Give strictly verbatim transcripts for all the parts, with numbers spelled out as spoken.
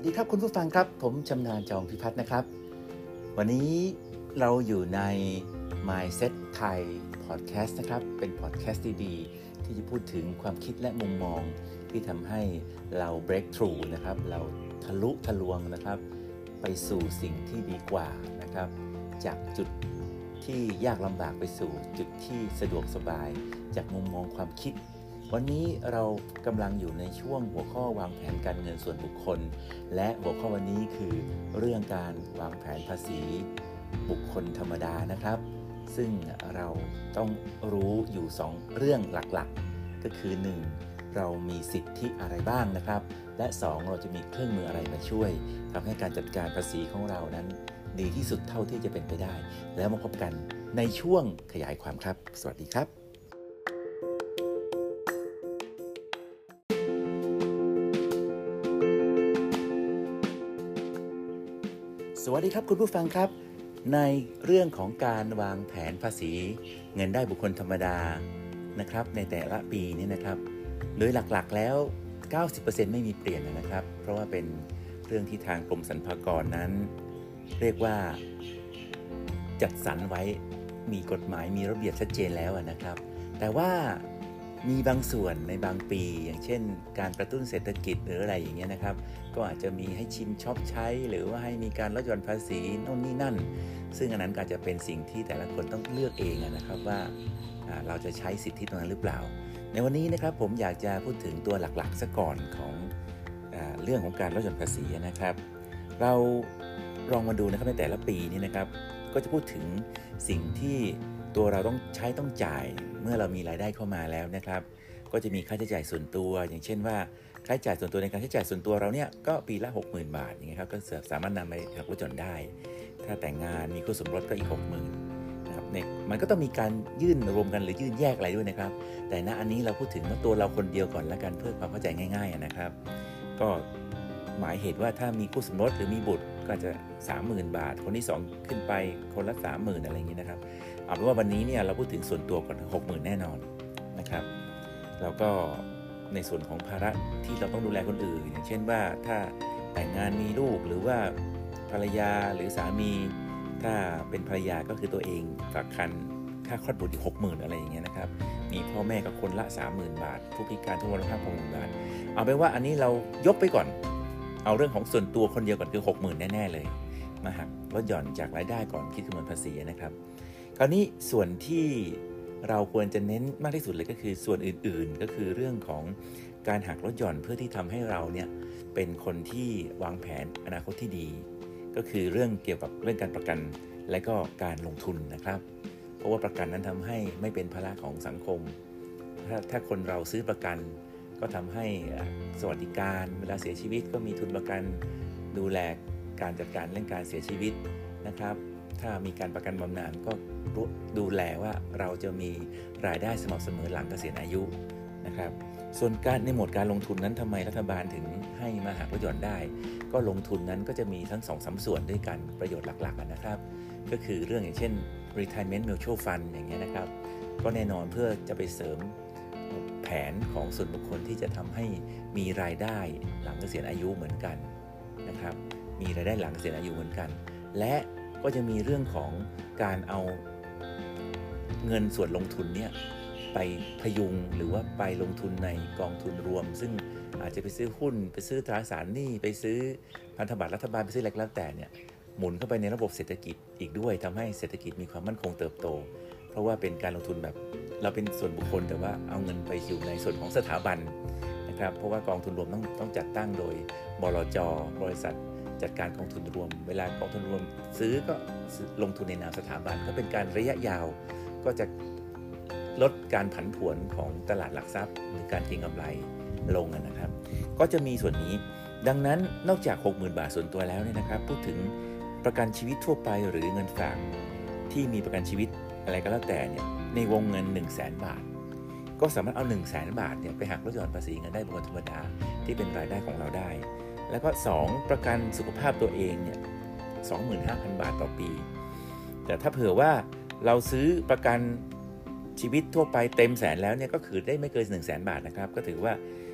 วัสดีครับคุณผู้ฟังครับผมชำนาญจองพิพัฒน์นะครับวันนี้เราอยู่ใน Mindset Thai Podcast นะครับเป็นพอดแคสต์ดีๆที่จะพูดถึงความคิดและมุมมองที่ทำให้เรา break through นะครับเราทะลุทะลวงนะครับไปสู่สิ่งที่ดีกว่านะครับจากจุดที่ยากลำบากไปสู่จุดที่สะดวกสบายจากมุมมองความคิดวันนี้เรากำลังอยู่ในช่วงหัวข้อวางแผนการเงินส่วนบุคคลและหัวข้อวันนี้คือเรื่องการวางแผนภาษีบุคคลธรรมดานะครับซึ่งเราต้องรู้อยู่สองเรื่องหลักๆก็คือหนึ่งเรามีสิทธิอะไรบ้างนะครับและสองเราจะมีเครื่องมืออะไรมาช่วยทำให้การจัดการภาษีของเรานั้นดีที่สุดเท่าที่จะเป็นไปได้แล้วมาพบกันในช่วงขยายความครับสวัสดีครับสวัสดีครับคุณผู้ฟังครับในเรื่องของการวางแผนภาษีเงินได้บุคคลธรรมดานะครับในแต่ละปีนี้นะครับโดยหลักๆแล้ว เก้าสิบเปอร์เซ็นต์ ไม่มีเปลี่ยนนะครับเพราะว่าเป็นเรื่องที่ทางกรมสรรพากรนั้นเรียกว่าจัดสรรไว้มีกฎหมายมีระเบียบชัดเจนแล้วนะครับแต่ว่ามีบางส่วนในบางปีอย่างเช่นการกระตุ้นเศรษฐกิจหรืออะไรอย่างเงี้ยนะครับก็อาจจะมีให้ชิมช็อปใช้หรือว่าให้มีการลดหย่อนภาษีโน่นนี่นั่นซึ่งอันนั้นก็จะเป็นสิ่งที่แต่ละคนต้องเลือกเองนะครับว่าเราจะใช้สิทธิตรงนั้นหรือเปล่าในวันนี้นะครับผมอยากจะพูดถึงตัวหลักๆซะก่อนของเอ่อเรื่องของการลดหย่อนภาษีนะครับเราลองมาดูนะครับในแต่ละปีนี้นะครับก็จะพูดถึงสิ่งที่ตัวเราต้องใช้ต้องจ่ายเมื่อเรามีรายได้เข้ามาแล้วนะครับก็จะมีค่าใช้จ่ายส่วนตัวอย่างเช่นว่าค่าใช้จ่ายส่วนตัวในการใช้จ่ายส่วนตัวเราเนี่ยก็ปีละ หกหมื่น บาทอย่างเงี้ยครับก็สามารถนำไปหักลดหย่อนได้ถ้าแต่งงานมีคู่สมรสก็อีก หกหมื่น นะครับเนี่ยมันก็ต้องมีการยื่นรวมกันหรือยื่นแยกอะไรด้วยนะครับแต่ณอันนี้เราพูดถึงว่าตัวเราคนเดียวก่อนละกันเพื่อความเข้าใจง่ายๆนะครับก็หมายเหตุว่าถ้ามีคู่สมรสหรือมีบุตรก็จะ สามหมื่น บาทคนที่สองขึ้นไปคนละ สามหมื่น อะไรอย่างงี้นะครับเอาเป็นว่าวันนี้เนี่ยเราพูดถึงส่วนตัวก่อน หกหมื่น แน่นอนนะครับแล้วก็ในส่วนของภาระที่เราต้องดูแลคนอื่นอย่างเช่นว่าถ้าแต่งงานมีลูกหรือว่าภรรยาหรือสามีถ้าเป็นภรรยาก็คือตัวเองฝากคันค่าคลอดบุตรอีก หกหมื่น อะไรอย่างเงี้ยนะครับมีพ่อแม่กับคนละ สามหมื่น บาทผู้พิการทุกวันละ ห้าหมื่น บาทเอาเป็นว่าอันนี้เรายกไปก่อนเอาเรื่องของส่วนตัวคนเดียวก่อนคือ หกหมื่น แน่ๆเลยมาหักลดหย่อนจากรายได้ก่อนคิดคำนวณภาษีนะครับคราวนี้ส่วนที่เราควรจะเน้นมากที่สุดเลยก็คือส่วนอื่นๆก็คือเรื่องของการหักลดหย่อนเพื่อที่ทำให้เราเนี่ยเป็นคนที่วางแผนอนาคตที่ดีก็คือเรื่องเกี่ยวกับเรื่องการประกันและก็การลงทุนนะครับเพราะว่าประกันนั้นทำให้ไม่เป็นภาระของสังคมถ้าถ้าคนเราซื้อประกันก็ทำให้สวัสดิการเวลาเสียชีวิตก็มีทุนประกันดูแลการจัดการเรื่องการเสียชีวิตนะครับถ้ามีการประกันบำนาญก็ดูแลว่าเราจะมีรายได้สม่ำเสมอหลังเกษียณอายุนะครับส่วนการในหมวดการลงทุนนั้นทำไมรัฐบาลถึงให้มาหักลดหย่อนได้ก็ลงทุนนั้นก็จะมีทั้ง สองถึงสาม ส่วนด้วยกันประโยชน์หลักๆนะครับก็คือเรื่องอย่างเช่น retirement mutual fund อย่างเงี้ยนะครับก็แน่นอนเพื่อจะไปเสริมแผนของส่วนบุคคลที่จะทำให้มีรายได้หลังเกษียณอายุเหมือนกันนะครับมีรายได้หลังเกษียณอายุเหมือนกันและก็จะมีเรื่องของการเอาเงินส่วนลงทุนเนี่ยไปพยุงหรือว่าไปลงทุนในกองทุนรวมซึ่งอาจจะไปซื้อหุ้นไปซื้อตราสารหนี้ไปซื้อพันธบัตรรัฐบาลไปซื้ออะไรก็แล้วแต่เนี่ยหมุนเข้าไปในระบบเศรษฐกิจอีกด้วยทำให้เศรษฐกิจมีความมั่นคงเติบโตเพราะว่าเป็นการลงทุนแบบเราเป็นส่วนบุคคลแต่ว่าเอาเงินไปอยู่ในส่วนของสถาบันนะครับเพราะว่ากองทุนรวมต้องต้องจัดตั้งโดยบลจ.บริษัทจัดการกองทุนรวมเวลากองทุนรวมซื้อก็ลงทุนในนามสถาบันก็เป็นการระยะยาวก็จะลดการผันผวนของตลาดหลักทรัพย์หรือการเก็งกำไรลงนะครับก็จะมีส่วนนี้ดังนั้นนอกจาก หกหมื่น บาทส่วนตัวแล้วเนี่ยนะครับพูดถึงประกันชีวิตทั่วไปหรือเงินฝากที่มีประกันชีวิตอะไรก็แล้วแต่เนี่ยในวงเงิน หนึ่งแสน บาทก็สามารถเอา หนึ่งแสน บาทเนี่ยไปหักลดหย่อนภาษีเงินได้บุคคลธรรมดาที่เป็นรายได้ของเราได้แล้วก็สองประกันสุขภาพตัวเองเนี่ย สองหมื่นห้าพัน บาทต่อปีแต่ถ้าเผื่อว่าเราซื้อประกันชีวิตทั่วไปเต็มแสนแล้วเนี่ยก็คือได้ไม่เกิน หนึ่งแสน บาทนะครับก็ถือว่า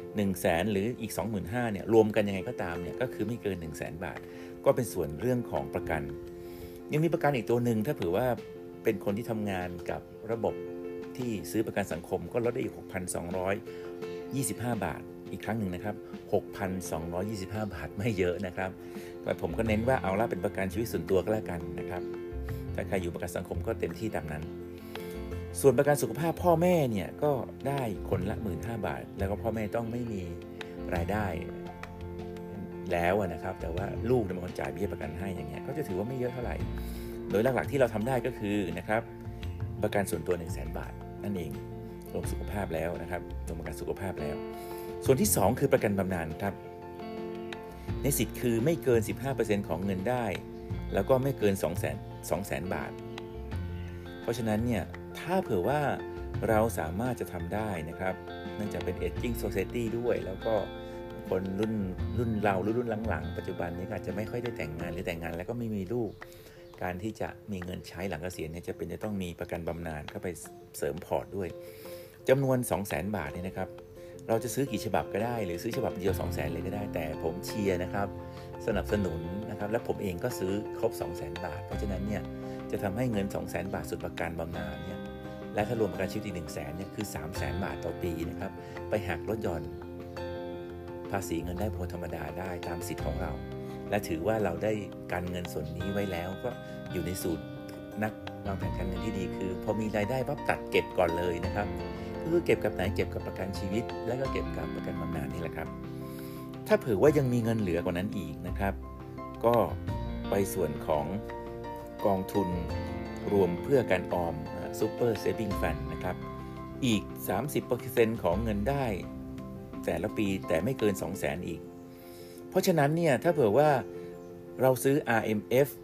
หนึ่งแสนหรืออีก สองหมื่นห้าพัน เนี่ยรวมกันยังไงก็ตามเนี่ยก็คือไม่เกิน หนึ่งแสน บาทก็เป็นส่วนเรื่องของประกันยังมีประกันอีกตัวหนึ่งถ้าเผื่อว่าเป็นคนที่ทำงานกับระบบที่ซื้อประกันสังคมก็ลดได้อีก หกพันสองร้อยยี่สิบห้า บาทอีกครั้งหนึ่งนะครับ หกพันสองร้อยยี่สิบห้า บาทไม่เยอะนะครับแต่ผมก็เน้นว่าเอาละเป็นประกันชีวิตส่วนตัวก็แล้วกันนะครับถ้าใครอยู่ประกันสังคมก็เต็มที่ตามนั้นส่วนประกันสุขภาพพ่อแม่เนี่ยก็ได้คนละ หนึ่งหมื่นห้าพัน บาทแล้วก็พ่อแม่ต้องไม่มีรายได้แล้วนะครับแต่ว่าลูกเป็นคนจ่ายเบี้ยประกันให้อย่างเงี้ยก็จะถือว่าไม่เยอะเท่าไหร่โดยหลักๆที่เราทำได้ก็คือนะครับประกันส่วนตัว หนึ่งแสน บาทนั่นเองรวมสุขภาพแล้วนะครับรวมประกันสุขภาพแล้วส่วนที่สองคือประกันบำนาญครับในสิทธิ์คือไม่เกิน สิบห้าเปอร์เซ็นต์ ของเงินได้แล้วก็ไม่เกิน สองแสน บาทเพราะฉะนั้นเนี่ยถ้าเผื่อว่าเราสามารถจะทำได้นะครับเนื่องจากเป็น Aging Society ด้วยแล้วก็คนรุ่นรุ่นเรารุ่นรุ่นหลังๆปัจจุบันนี้อาจจะไม่ค่อยได้แต่งงานหรือแต่งงานแล้วก็ไม่มีลูกการที่จะมีเงินใช้หลังเกษียณเนี่ยจะเป็นจะต้องมีประกันบำนาญเข้าไปเสริมพอร์ตด้วยจำนวน สองแสน บาทเนี่ยนะครับเราจะซื้อกี่ฉบับก็ได้หรือซื้อฉบับเดียว สองแสน เลยก็ได้แต่ผมเชียร์นะครับสนับสนุนนะครับและผมเองก็ซื้อครบ สองแสน บาทเพราะฉะนั้นเนี่ยจะทำให้เงิน สองแสน บาทสุดประกันบำนาญเนี่ยและถ้ารวมประกันชีวิตอีก หนึ่งแสน เนี่ยคือ สามแสน บาทต่อปีนะครับไปหักลดหย่อนภาษีเงินได้บุคคลธรรมดาได้ตามสิทธิ์ของเราและถือว่าเราได้กันเงินส่วนนี้ไว้แล้วก็อยู่ในสูตรนักวางแผนการเงินที่ดีคือพอมีรายได้ปั๊บตัดเก็บก่อนเลยนะครับก็คือเก็บกับไหนเก็บกับประกันชีวิตแล้วก็เก็บกับประกันบำนาญนี่แหละครับถ้าเผื่อว่ายังมีเงินเหลือกว่านั้นอีกนะครับก็ไปส่วนของกองทุนรวมเพื่อการออม Super Saving Fund นะครับอีก สามสิบเปอร์เซ็นต์ ของเงินได้แต่ละปีแต่ไม่เกิน สองแสน อีกเพราะฉะนั้นเนี่ยถ้าเผื่อว่าเราซื้อ อาร์ เอ็ม เอฟ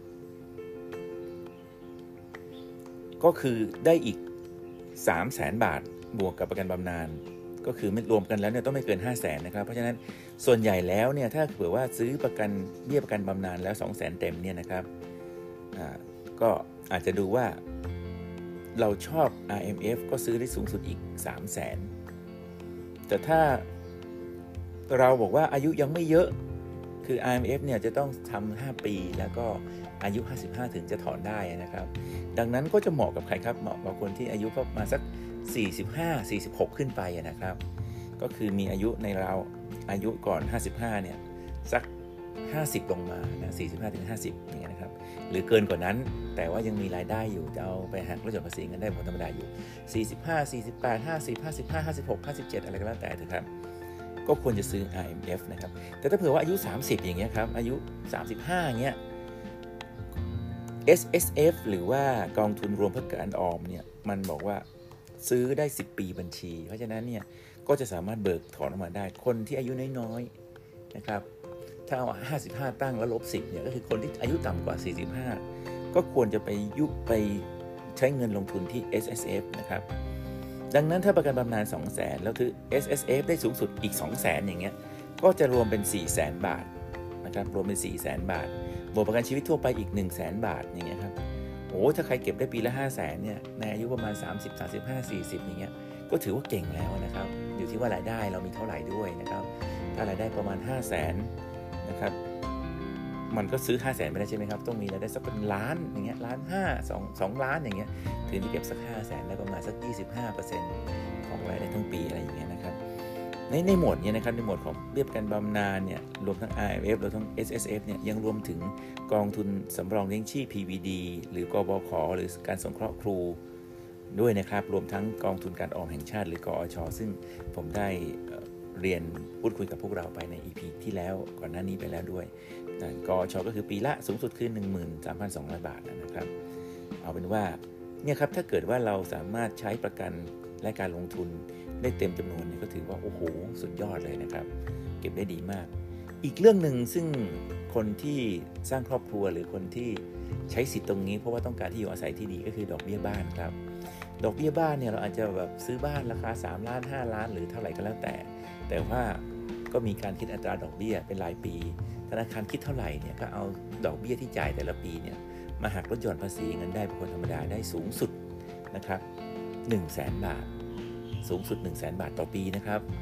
ก็คือได้อีก สามแสน บาทบวกกับประกันบำนาญก็คือรวมกันแล้วเนี่ยต้องไม่เกิน ห้าแสน นะครับเพราะฉะนั้นส่วนใหญ่แล้วเนี่ยถ้าเผื่อว่าซื้อประกันเบี้ยประกันบำนาญแล้ว สองแสน เต็มเนี่ยนะครับอ่าก็อาจจะดูว่าเราชอบ อาร์ เอ็ม เอฟ ก็ซื้อได้สูงสุดอีก สามแสน แต่ถ้าเราบอกว่าอายุยังไม่เยอะคือ อาร์ เอ็ม เอฟ เนี่ยจะต้องทำห้าปีแล้วก็อายุห้าสิบห้าถึงจะถอนได้นะครับดังนั้นก็จะเหมาะกับใครครับเหมาะกับคนที่อายุประมาณสักสี่สิบห้า สี่สิบหกขึ้นไปนะครับก็คือมีอายุในราวอายุก่อนห้าสิบห้าเนี่ยสักห้าสิบลงมานะสี่สิบห้าถึงห้าสิบอย่างเงี้ยนะครับหรือเกินกว่านั้นแต่ว่ายังมีรายได้อยู่จะเอาไปหักลดหย่อนภาษีเงินได้บุคคลธรรมดาอยู่สี่สิบห้า สี่สิบแปด ห้าสิบ ห้าสิบห้า ห้าสิบหก ห้าสิบเจ็ดอะไรก็แล้วแต่เถอะครับก็ควรจะซื้อ อาร์ เอ็ม เอฟ นะครับแต่ถ้าเผื่อว่าอายุสามสิบอย่างเงี้ยครับอายุสามสิบห้าอย่างเงี้ย เอส เอส เอฟ หรือว่ากองทุนรวมเพื่อการออมเนี่ยมันบอกว่าซื้อได้สิบปีบัญชีเพราะฉะนั้นเนี่ยก็จะสามารถเบิกถอนออกมาได้คนที่อายุน้อยๆนะครับถ้าเอาห้าสิบห้าตั้งแล้วลบสิบเนี่ยก็คือคนที่อายุต่ำกว่าสี่สิบห้าก็ควรจะไปยุไปใช้เงินลงทุนที่ เอส เอส เอฟ นะครับดังนั้นถ้าประกันบำนาญ สองแสน แล้วคือ เอส เอส เอฟ ได้สูงสุดอีก สองแสน อย่างเงี้ยก็จะรวมเป็น สี่แสน บาทนะครับรวมเป็น สี่แสน บาทบวกประกันชีวิตทั่วไปอีก หนึ่งแสน บาทอย่างเงี้ยครับโอ้ถ้าใครเก็บได้ปีละ ห้าแสน เนี่ยในอายุประมาณสามสิบ สามสิบห้า สี่สิบอย่างเงี้ยก็ถือว่าเก่งแล้วนะครับอยู่ที่ว่ารายได้เรามีเท่าไหร่ด้วยนะครับถ้ารายได้ประมาณ ห้าแสน นะครับมันก็ซื้อ ห้าแสน ไม่ได้ใช่ไหมครับต้องมีรายได้สักเป็นล้านอย่างเงี้ยล้านห้า สอง สองล้านอย่างเงี้ยถึงจะเก็บสัก ห้าแสน ได้ประมาณสัก ยี่สิบห้าเปอร์เซ็นต์ ของรายได้ทั้งปีอะไรอย่างเงี้ยนะครับในในหมวดนี้นะครับในหมวดของเบี้ยประกันบำนาญเนี่ยรวมทั้ง อาร์ เอ็ม เอฟ รวมทั้ง เอส เอส เอฟ เนี่ยยังรวมถึงกองทุนสำรองเลี้ยงชีพ พี วี ดี หรือกบข.หรือการสงเคราะห์ครูด้วยนะครับรวมทั้งกองทุนการออมแห่งชาติหรือกอช.ซึ่งผมได้เรียนพูดคุยกับพวกเราไปใน อี พี ที่แล้วก่อนหน้านี้ไปแล้วด้วยกอช.ก็คือปีละสูงสุดคือ หนึ่งหมื่นสามพันสองร้อย บาทนะครับเอาเป็นว่าเนี่ยครับถ้าเกิดว่าเราสามารถใช้ประกันและการลงทุนได้เต็มจำนวนเนี่ยก็ถือว่าโอ้โหสุดยอดเลยนะครับเก็บได้ดีมากอีกเรื่องหนึ่งซึ่งคนที่สร้างครอบครัวหรือคนที่ใช้สิทธิ์ตรงนี้เพราะว่าต้องการที่อยู่อาศัยที่ดีก็คือดอกเบี้ยบ้านครับดอกเบี้ยบ้านเนี่ยเราอาจจะแบบซื้อบ้านราคาสามล้านห้าล้านหรือเท่าไหร่ก็แล้วแต่แต่ว่าก็มีการคิดอัตราดอกเบี้ยเป็นรายปีธนาคารคิดเท่าไหร่เนี่ยก็เอาดอกเบี้ยที่จ่ายแต่ละปีเนี่ยมาหักลดหย่อนภาษีเงินได้บุคคลธรรมดาได้สูงสุดนะครับ หนึ่งแสน บาทสูงสุด หนึ่งแสน บาทต่อปีนะครับ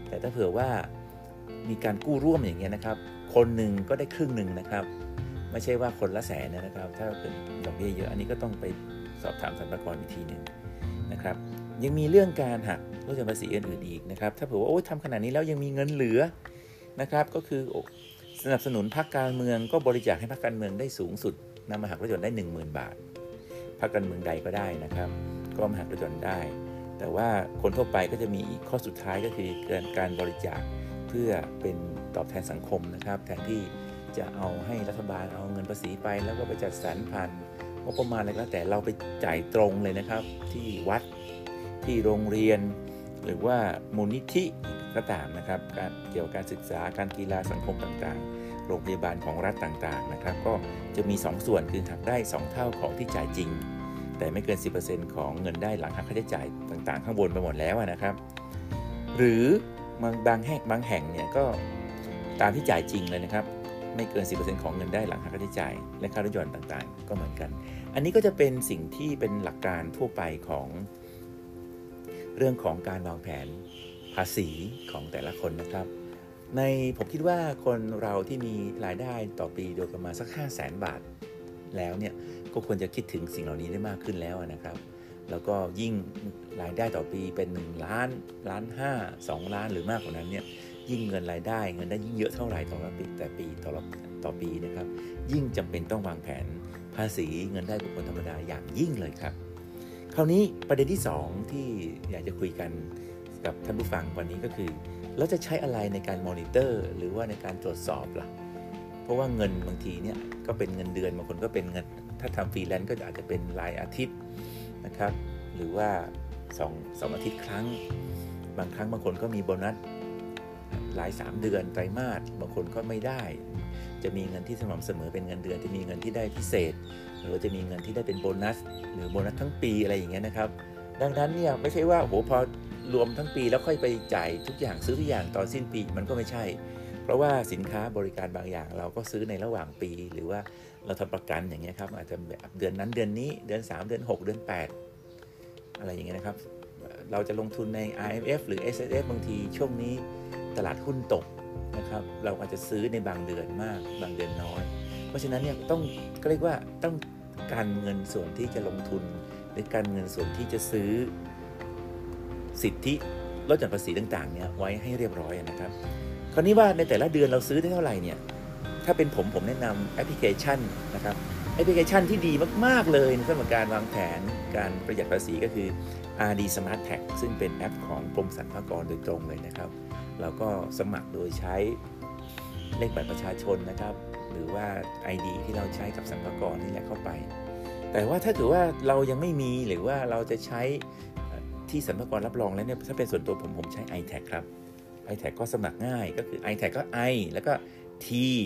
แต่ถ้าเผื่อว่ามีการกู้ร่วมอย่างเงี้ยนะครับคนหนึ่งก็ได้ครึ่งหนึ่งนะครับไม่ใช่ว่าคนละแสนนะครับถ้าเป็นดอกเบี้ยเยอะอันนี้ก็ต้องไปสอบถามสรรพากรอีกทีหนึ่งนะครับยังมีเรื่องการหักลดหย่อนภาษีอื่นๆอีกนะครับถ้าเผื่อว่าโอ้ทำขนาดนี้แล้วยังมีเงินเหลือนะครับก็คือสนับสนุนพรรคการเมืองก็บริจาคให้พรรคการเมืองได้สูงสุดนำมาหักลดหย่อนได้ หนึ่งหมื่น บาทพรรคการเมืองใดก็ได้นะครับก็มาหักลดหย่อนได้แต่ว่าคนทั่วไปก็จะมีอีกข้อสุดท้ายก็คือการบริจาคเพื่อเป็นตอบแทนสังคมนะครับแทนที่จะเอาให้รัฐบาลเอาเงินภาษีไปแล้วก็ไปจัดสรรผ่านงบประมาณอะไรก็แล้วแต่เราไปจ่ายตรงเลยนะครับที่วัดที่โรงเรียนหรือว่ามูลนิธิก็ตามนะครับการเกี่ยวกับการศึกษาการกีฬาสังคมต่างๆโรงพยาบาลของรัฐต่างๆนะครับก็จะมีสองส่วนคือหักได้สองเท่าของที่จ่ายจริงแต่ไม่เกิน สิบเปอร์เซ็นต์ ของเงินได้หลังหักค่าใช้จ่ายต่างๆข้างบนไปหมดแล้วนะครับหรือบางบางแห่งบางแห่งเนี่ยก็ตามที่จ่ายจริงเลยนะครับไม่เกิน สิบเปอร์เซ็นต์ ของเงินได้หลังหักค่าใช้จ่ายและค่าลดหย่อนต่างๆก็เหมือนกันอันนี้ก็จะเป็นสิ่งที่เป็นหลักการทั่วไปของเรื่องของการวางแผนภาษีของแต่ละคนนะครับในผมคิดว่าคนเราที่มีรายได้ต่อปีโดยประมาณสัก ห้าแสน บาทแล้วเนี่ยก็ควรจะคิดถึงสิ่งเหล่านี้ได้มากขึ้นแล้วนะครับแล้วก็ยิ่งรายได้ต่อปีเป็นหนึ่งล้านล้านห้า สองล้านหรือมากกว่านั้นเนี่ยยิ่งเงินรายได้เงินได้ยิ่งเยอะเท่าไหร่ต่อปีแต่ปีต่อต่อปีนะครับยิ่งจำเป็นต้องวางแผนภาษีเงินได้บุคคลธรรมดาอย่างยิ่งเลยครับคราวนี้ประเด็นที่สองที่อยากจะคุยกันกับท่านผู้ฟังวันนี้ก็คือเราจะใช้อะไรในการมอนิเตอร์หรือว่าในการตรวจสอบล่ะเพราะว่าเงินบางทีเนี่ยก็เป็นเงินเดือนบางคนก็เป็นเงินถ้าทำฟรีแลนซ์ก็อาจจะเป็นรายอาทิตย์นะครับหรือว่าสองสองอาทิตย์ครั้งบางครั้งบางคนก็มีโบนัสหลายสามเดือนไตรมาสบางคนก็ไม่ได้จะมีเงินที่สม่ำเสมอเป็นเงินเดือนจะมีเงินที่ได้พิเศษหรือจะมีเงินที่ได้เป็นโบนัสหรือโบนัสทั้งปีอะไรอย่างเงี้ยนะครับดังนั้นเนี่ยไม่ใช่ว่าโหพอรวมทั้งปีแล้วค่อยไปจ่ายทุกอย่างซื้อทุกอย่างตอนสิ้นปีมันก็ไม่ใช่เพราะว่าสินค้าบริการบางอย่างเราก็ซื้อในระหว่างปีหรือว่าเราทำประกันอย่างเงี้ยครับอาจจะแบบเดือนนั้นเดือนนี้เดือนสามเดือนหกเดือนแปดอะไรอย่างเงี้ยนะครับเราจะลงทุนใน อาร์ เอ็ม เอฟ หรือ เอส เอส เอฟ บางทีช่วงนี้ตลาดหุ้นตกนะครับเราอาจจะซื้อในบางเดือนมากบางเดือนน้อยเพราะฉะนั้นเนี่ยต้องก็เรียกว่าต้องการเงินส่วนที่จะลงทุนหรือการเงินส่วนที่จะซื้อสิทธิลดหย่อนภาษีต่างๆเนี่ยไว้ให้เรียบร้อยนะครับคราวนี้ว่าในแต่ละเดือนเราซื้อได้เท่าไหร่เนี่ยถ้าเป็นผมผมแนะนำแอปพลิเคชันนะครับแอปพลิเคชันที่ดีมากๆเลยสำหรับการวางแผนการประหยัดภาษีก็คือ อาร์ ดี Smart Tax ซึ่งเป็นแอปของกรมสรรพากรโดยตรงเลยนะครับเราก็สมัครโดยใช้เลขบัตรประชาชนนะครับหรือว่า ไอ ดี ที่เราใช้กับสรรพากรนี่แหละเข้าไปแต่ว่าถ้าเกิดว่าเรายังไม่มีหรือว่าเราจะใช้ที่สรรพากรรับรองแล้วเนี่ยถ้าเป็นส่วนตัวผมผมใช้ ไอ แท็ก ครับ ไอ แท็ก ก็สมัครง่ายก็คือ ไอ แท็ก ก็ I แล้วก็ T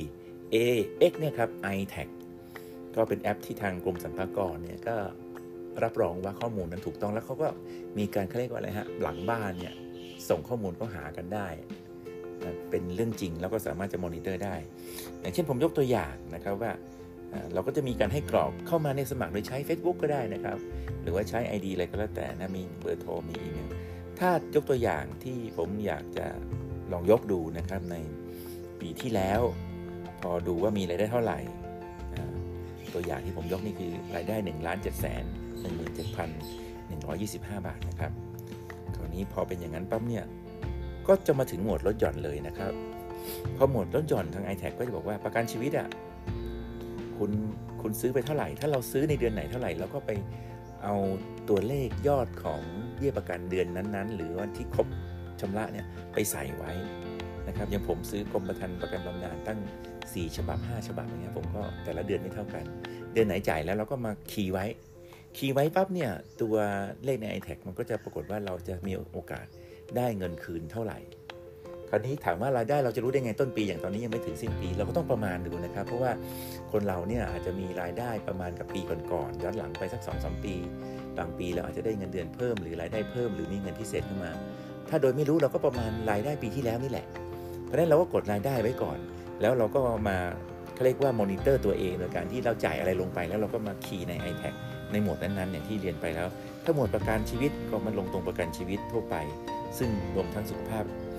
A X เนี่ยครับ ไอ แท็ก ก็เป็นแอปที่ทางกรมสรรพากรเนี่ยก็รับรองว่าข้อมูลนั้นถูกต้องแล้วเขาก็มีการเขาเรียกว่าอะไรฮะหลังบ้านเนี่ยส่งข้อมูลเข้าหากันได้เป็นเรื่องจริงแล้วก็สามารถจะมอนิเตอร์ได้อย่างเช่นผมยกตัวอย่างนะครับว่าเราก็จะมีการให้กรอกเข้ามาในสมัครโดยใช้ Facebook ก็ได้นะครับหรือว่าใช้ ไอ ดี อะไรก็แล้วแต่นะมีเบอร์โทรมีอีเมลถ้ายกตัวอย่างที่ผมอยากจะลองยกดูนะครับในปีที่แล้วพอดูว่ามีรายได้เท่าไหร่ตัวอย่างที่ผมยกนี่คือรายได้ หนึ่งล้านเจ็ดแสนหนึ่งหมื่นเจ็ดพันหนึ่งร้อยยี่สิบห้า บาทนะครับคราวนี้พอเป็นอย่างนั้นปั๊บเนี่ยก็จะมาถึงหมวดลดหย่อนเลยนะครับพอหมวดลดหย่อนทาง ไอ แท็ก ก็จะบอกว่าประกันชีวิตอ่ะคุณคุณซื้อไปเท่าไหร่ถ้าเราซื้อในเดือนไหนเท่าไหร่เราก็ไปเอาตัวเลขยอดของเบี้ยประกันเดือนนั้นๆหรือวันที่ครบชำระเนี่ยไปใส่ไว้นะครับอย่างผมซื้อกรมธรรม์ประกันบำนาญตั้งสี่ฉบับห้าฉบับอย่างเงี้ยผมก็แต่ละเดือนไม่เท่ากันเดือนไหนจ่ายแล้วเราก็มาคีย์ไว้คีย์ไว้ปั๊บเนี่ยตัวเลขใน ไอ แท็ก มันก็จะปรากฏว่าเราจะมีโอกาสได้เงินคืนเท่าไหร่คราวนี้ถามว่ารายได้เราจะรู้ได้ไงต้นปีอย่างตอนนี้ยังไม่ถึงสิ้นปีเราก็ต้องประมาณดูนะครับเพราะว่าคนเราเนี่ยอาจจะมีรายได้ประมาณกับปีก่อนๆย้อนหลังไปสัก สองถึงสาม ปีบางปีเราอาจจะได้เงินเดือนเพิ่มหรือรายได้เพิ่มหรือมีเงินพิเศษขึ้นมาถ้าโดยไม่รู้เราก็ประมาณรายได้ปีที่แล้วนี่แหละเพราะฉะนั้นเราก็กดรายได้ไว้ก่อนแล้วเราก็มาเขาเรียกว่ามอนิเตอร์ตัวเองโดยการที่เราจ่ายอะไรลงไปแล้วเราก็มาคีย์ใน ไอ แท็ก ในหมวดนั้นๆเนี่ยที่เรียนไปแล้วถ้าหมวดประกันชีวิตก็มันลงตรงประกันชีวิตทั่วไปซึ่งรวมทั้งสุขภาพ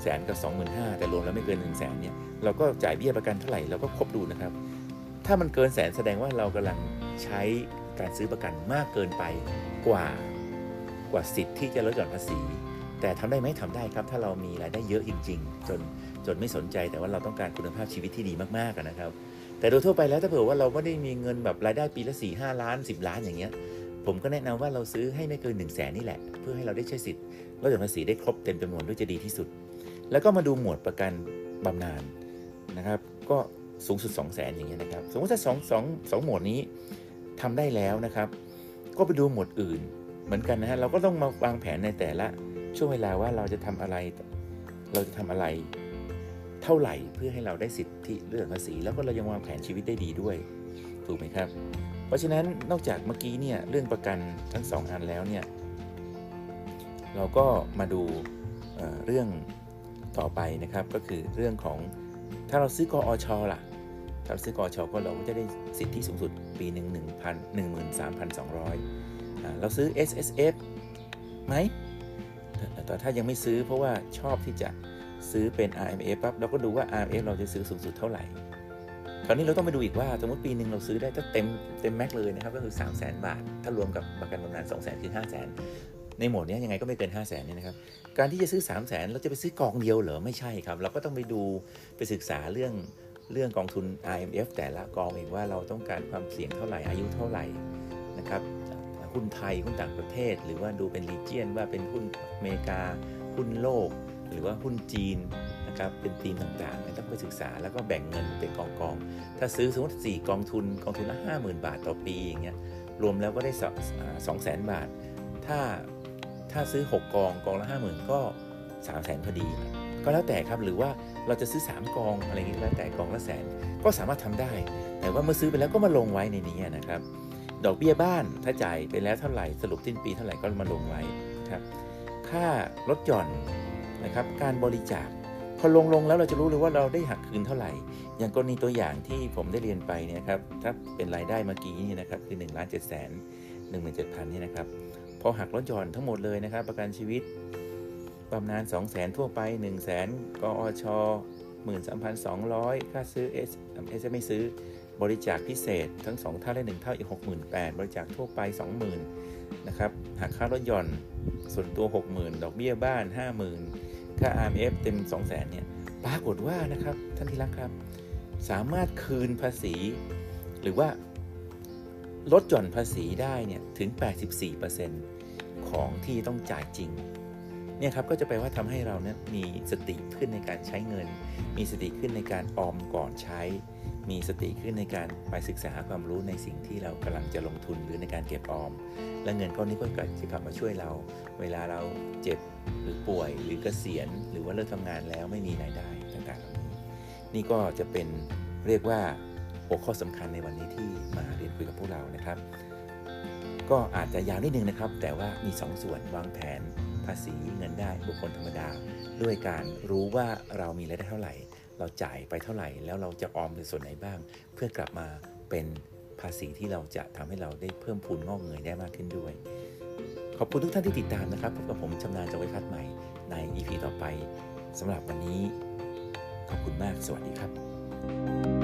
แสนกับ สองหมื่นห้าพัน แต่รวมแล้วไม่เกิน หนึ่งแสน เนี่ยเราก็จ่ายเบี้ยประกันเท่าไหร่เราก็ครบดูนะครับถ้ามันเกินแสนแสดงว่าเรากำลังใช้การซื้อประกันมากเกินไปกว่ากว่าสิทธิ์ที่จะลดหย่อนภาษีแต่ทำได้ไหมทำได้ครับถ้าเรามีรายได้เยอะจริงๆจนจนไม่สนใจแต่ว่าเราต้องการคุณภาพชีวิตที่ดีมากๆนะครับแต่โดยทั่วไปแล้วถ้าเผื่อว่าเราไม่ได้มีเงินแบบรายได้ปีละ สี่ห้า ล้านสิบล้านอย่างเงี้ยผมก็แนะนำว่าเราซื้อให้ไม่เกิน หนึ่งแสน นี่แหละเพื่อให้เราได้ใช้สิทธิ์ลดหย่อนภาษีได้ครบเต็มจำนวนด้วยจะดีที่สุดแล้วก็มาดูหมวดประกันบำนาญนะครับก็สูงสุด สองแสน อย่างเงี้ยนะครับสมมติถ้า2 2 2หมวดนี้ทำได้แล้วนะครับก็ไปดูหมวดอื่นเหมือนกันนะฮะเราก็ต้องมาวางแผนในแต่ละช่วงเวลาว่าเราจะทำอะไรเราจะทำอะไรเท่าไหร่เพื่อให้เราได้สิทธิเรื่องภาษีแล้วก็เรายังวางแผนชีวิตได้ดีด้วยถูกไหมครับเพราะฉะนั้นนอกจากเมื่อกี้เนี่ยเรื่องประกันทั้งสองอันแล้วเนี่ยเราก็มาดู เอ่อ เรื่องต่อไปนะครับก็คือเรื่องของถ้าเราซื้อกอช.ล่ะถ้าเราซื้อกอช.ก็เราก็จะได้สิทธิสูงสุดปีหนึ่ง หนึ่งพัน หนึ่งหมื่นสามพันสองร้อย อ่าเราซื้อ เอส เอส เอฟ ไหมแต่ถ้ายังไม่ซื้อเพราะว่าชอบที่จะซื้อเป็น อาร์ เอ็ม เอฟ ปั๊บเราก็ดูว่า อาร์ เอ็ม เอฟ เราจะซื้อสูงสุดเท่าไหร่คราวนี้เราต้องไปดูอีกว่าสมมติปีหนึ่งเราซื้อได้ถ้าเต็มเต็มแม็กเลยนะครับก็คือ สามแสน บาทถ้ารวมกับประกันบำนาญ สองแสน คือ ห้าแสน ในหมวดนี้ยังไงก็ไม่เกิน ห้าแสน เนี่ยนะครับการที่จะซื้อ สามแสน เราจะไปซื้อกองเดียวเหรอไม่ใช่ครับเราก็ต้องไปดูไปศึกษาเรื่องเรื่องกองทุน อาร์ เอ็ม เอฟ แต่ละกองเองว่าเราต้องการความเสี่ยงเท่าไหร่อายุเท่าไหร่นะครับหุ้นไทยหุ้นต่างประเทศหรือว่าดูเป็นรีเจียนว่าเป็นหุ้นอเมริกาหุ้นโลกหรือว่าหุ้นจีนนะครับเป็นธีมต่างๆต้องไปศึกษาแล้วก็แบ่งเงินเป็นกองกองถ้าซื้อสมมติสี่กองทุนกองทุนละ ห้าหมื่น บาทต่อปีอย่างเงี้ยรวมแล้วก็ได้ สองแสน บาทถ้าถ้าซื้อหกกองกองละ ห้าหมื่น ก็ สามแสน พอดีก็แล้วแต่ครับหรือว่าเราจะซื้อสามกองอะไรอย่างเงี้ยแล้วแต่กองละแสนก็สามารถทำได้แต่ว่าเมื่อซื้อไปแล้วก็มาลงไว้ในนี้นะครับดอกเบี้ยบ้านถ้าจ่ายไปแล้วเท่าไหร่สรุปสิ้นปีเท่าไหร่ก็มาลงไว้ครับค่าลดหย่อนนะครับการบริจาคพอลงลงแล้วเราจะรู้เลยว่าเราได้หักคืนเท่าไหร่อย่างกรณีตัวอย่างที่ผมได้เรียนไปเนี่ยครับถ้าเป็นรายได้เมื่อกี้นี่นะครับคือ หนึ่งล้านเจ็ดแสนหนึ่งหมื่นเจ็ดพัน นี่นะครับพอหักลดหย่อนทั้งหมดเลยนะครับประกันชีวิตบำนาญ สองแสน ทั่วไป หนึ่งแสน กอช. หนึ่งหมื่นสามพันสองร้อย ค่าซื้อ S เอสไม่ซื้อบริจาคพิเศษทั้งสองเท่าและหนึ่งเท่าอีก หกหมื่นแปดพัน บริจาคทั่วไป สองหมื่น นะครับหักค่าลดหย่อนส่วนตัว หกหมื่น ดอกเบี้ยบ้าน ห้าหมื่น ค่า อาร์ เอ็ม เอฟ เต็ม สองแสน เนี่ยปรากฏว่านะครับท่านที่รักครับสามารถคืนภาษีหรือว่าลดหย่อนภาษีได้เนี่ยถึง แปดสิบสี่เปอร์เซ็นต์ ของที่ต้องจ่ายจริงเนี่ยครับก็จะแปลว่าทำให้เราเนี่ยมีสติขึ้นในการใช้เงินมีสติขึ้นในการออมก่อนใช้มีสติขึ้นในการไปศึกษาความรู้ในสิ่งที่เรากำลังจะลงทุนหรือในการเก็บออมและเงินก้อนนี้ก็จะกลับมาช่วยเราเวลาเราเจ็บหรือป่วยหรือเกษียณหรือว่าเลิกทำงานแล้วไม่มีรายได้ต่างๆเหล่านี้นี่ก็จะเป็นเรียกว่าหัวข้อสำคัญในวันนี้ที่มาเรียนคุยกับพวกเรานะครับก็อาจจะยาวนิดนึงนะครับแต่ว่ามีสองส่วนวางแผนภาษีเงินได้บุคคลธรรมดาด้วยการรู้ว่าเรามีรายได้เท่าไหร่เราจ่ายไปเท่าไหร่แล้วเราจะออมในส่วนไหนบ้างเพื่อกลับมาเป็นภาษีที่เราจะทำให้เราได้เพิ่มพูนงอกเงยได้มากขึ้นด้วยขอบคุณทุกท่านที่ติดตามนะครับพบกับผมชำนาญ จงไว้พัฒน์ใหม่ใน อี พี ต่อไปสำหรับวันนี้ขอบคุณมากสวัสดีครับ